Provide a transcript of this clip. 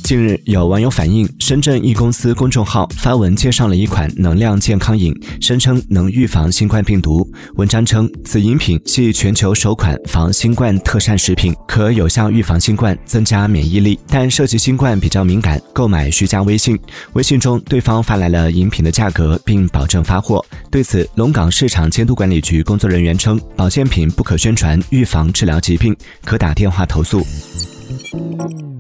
近日，有网友反映，深圳一公司公众号发文介绍了一款能量健康饮，声称能预防新冠病毒。文章称，此饮品系全球首款防新冠特膳食品，可有效预防新冠，增加免疫力，但涉及新冠比较敏感，购买需加微信。微信中，对方发来了饮品的价格，并保证发货。对此，龙岗市场监督管理局工作人员称，保健品不可宣传预防治疗疾病，可打电话投诉。